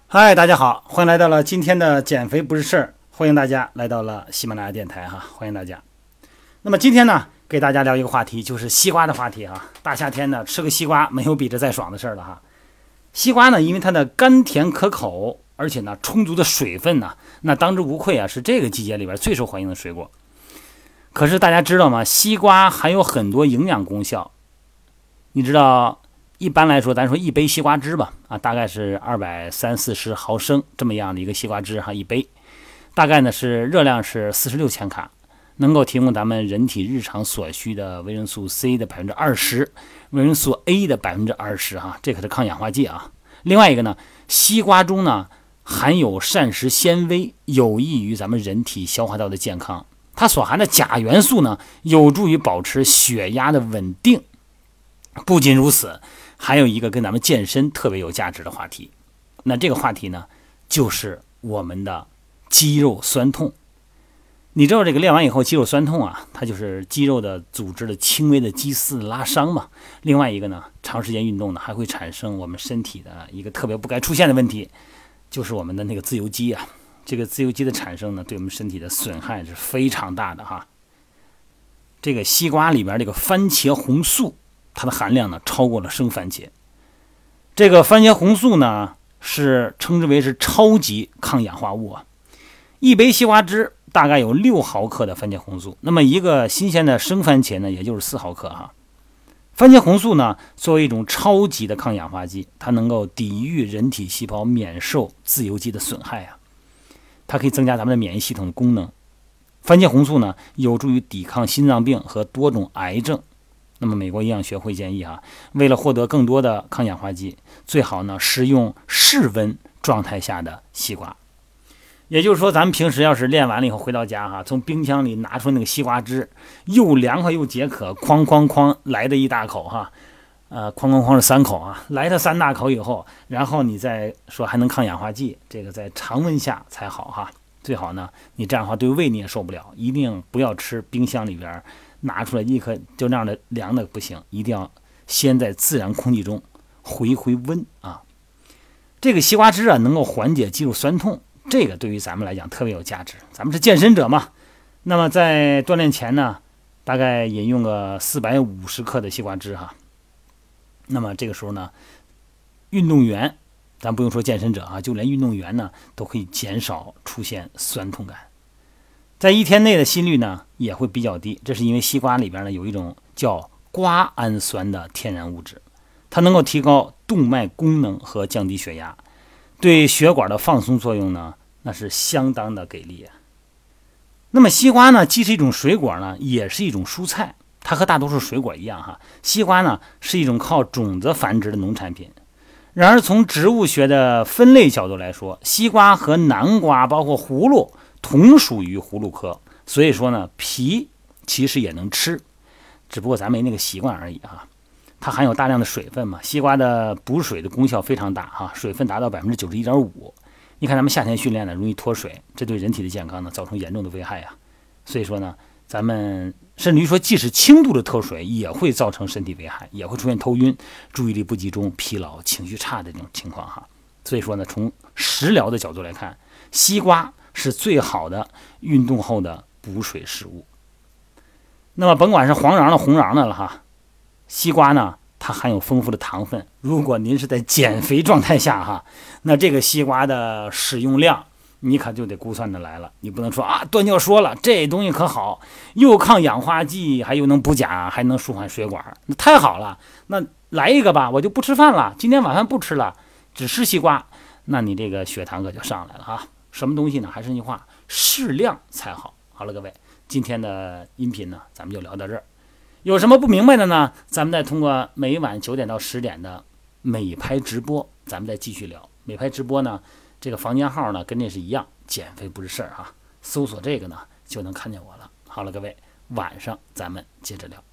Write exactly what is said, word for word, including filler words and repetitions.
嗨，大家好，欢迎来到了今天的减肥不是事儿，欢迎大家来到了喜马拉雅电台哈，欢迎大家。那么今天呢，给大家聊一个话题，就是西瓜的话题哈。大夏天的吃个西瓜，没有比这再爽的事儿了哈。西瓜呢，因为它的甘甜可口，而且呢充足的水分呢，那当之无愧啊，是这个季节里边最受欢迎的水果。可是大家知道吗？西瓜含有很多营养功效，你知道？一般来说，咱说一杯西瓜汁吧，啊，大概是二百三四十毫升这么样的一个西瓜汁哈，一杯，大概呢是热量是四十六千卡，能够提供咱们人体日常所需的维生素 C 的百分之二十，维生素 A 的百分之二十哈，这可是抗氧化剂啊。另外一个呢，西瓜中呢含有膳食纤维，有益于咱们人体消化道的健康。它所含的钾元素呢，有助于保持血压的稳定。不仅如此，还有一个跟咱们健身特别有价值的话题，那这个话题呢，就是我们的肌肉酸痛。你知道这个练完以后肌肉酸痛啊，它就是肌肉的组织的轻微的肌丝拉伤嘛。另外一个呢，长时间运动呢，还会产生我们身体的一个特别不该出现的问题，就是我们的那个自由基啊。这个自由基的产生呢，对我们身体的损害是非常大的哈。这个西瓜里边这个番茄红素，它的含量呢超过了生番茄。这个番茄红素呢是称之为是超级抗氧化物啊。一杯西瓜汁大概有六毫克的番茄红素，那么一个新鲜的生番茄呢也就是四毫克哈。番茄红素呢作为一种超级的抗氧化剂，它能够抵御人体细胞免受自由基的损害啊，它可以增加咱们的免疫系统的功能。番茄红素呢有助于抵抗心脏病和多种癌症。那么美国营养学会建议啊，为了获得更多的抗氧化剂，最好呢食用室温状态下的西瓜。也就是说，咱们平时要是练完了以后回到家哈，从冰箱里拿出那个西瓜汁，又凉快又解渴，哐哐哐来的一大口哈，呃，哐哐哐是三口啊，来它三大口以后，然后你再说还能抗氧化剂，这个在常温下才好哈。最好呢，你这样的话对胃你也受不了，一定不要吃冰箱里边拿出来立刻就那样的凉的不行，一定要先在自然空气中回回温啊。这个西瓜汁啊能够缓解肌肉酸痛，这个对于咱们来讲特别有价值。咱们是健身者嘛，那么在锻炼前呢，大概饮用个四百五十克的西瓜汁哈。那么这个时候呢，运动员，咱不用说健身者啊，就连运动员呢都可以减少出现酸痛感。在一天内的心率呢也会比较低，这是因为西瓜里边呢有一种叫瓜氨酸的天然物质，它能够提高动脉功能和降低血压，对血管的放松作用呢那是相当的给力啊。那么西瓜呢既是一种水果呢，也是一种蔬菜，它和大多数水果一样哈，西瓜呢是一种靠种子繁殖的农产品。然而从植物学的分类角度来说，西瓜和南瓜包括葫芦同属于葫芦科，所以说呢皮其实也能吃，只不过咱没那个习惯而已啊。它含有大量的水分嘛，西瓜的补水的功效非常大哈，水分达到 百分之九十一点五。 你看咱们夏天训练呢容易脱水，这对人体的健康呢造成严重的危害啊。所以说呢咱们甚至于说即使轻度的脱水也会造成身体危害，也会出现头晕、注意力不集中、疲劳、情绪差的这种情况哈。所以说呢从食疗的角度来看，西瓜是最好的运动后的补水食物。那么甭管是黄瓤的红瓤的了哈，西瓜呢它含有丰富的糖分，如果您是在减肥状态下哈，那这个西瓜的使用量你可就得估算的来了。你不能说啊段教说了这东西可好，又抗氧化剂，还又能补钾，还能舒缓血管，那太好了，那来一个吧，我就不吃饭了，今天晚饭不吃了，只吃西瓜，那你这个血糖可就上来了哈。什么东西呢？还是那句话，适量才好。好了，各位，今天的音频呢，咱们就聊到这儿。有什么不明白的呢？咱们再通过每晚九点到十点的美拍直播，咱们再继续聊。美拍直播呢，这个房间号呢跟这是一样，减肥不是事儿哈，搜索这个呢就能看见我了。好了，各位，晚上咱们接着聊。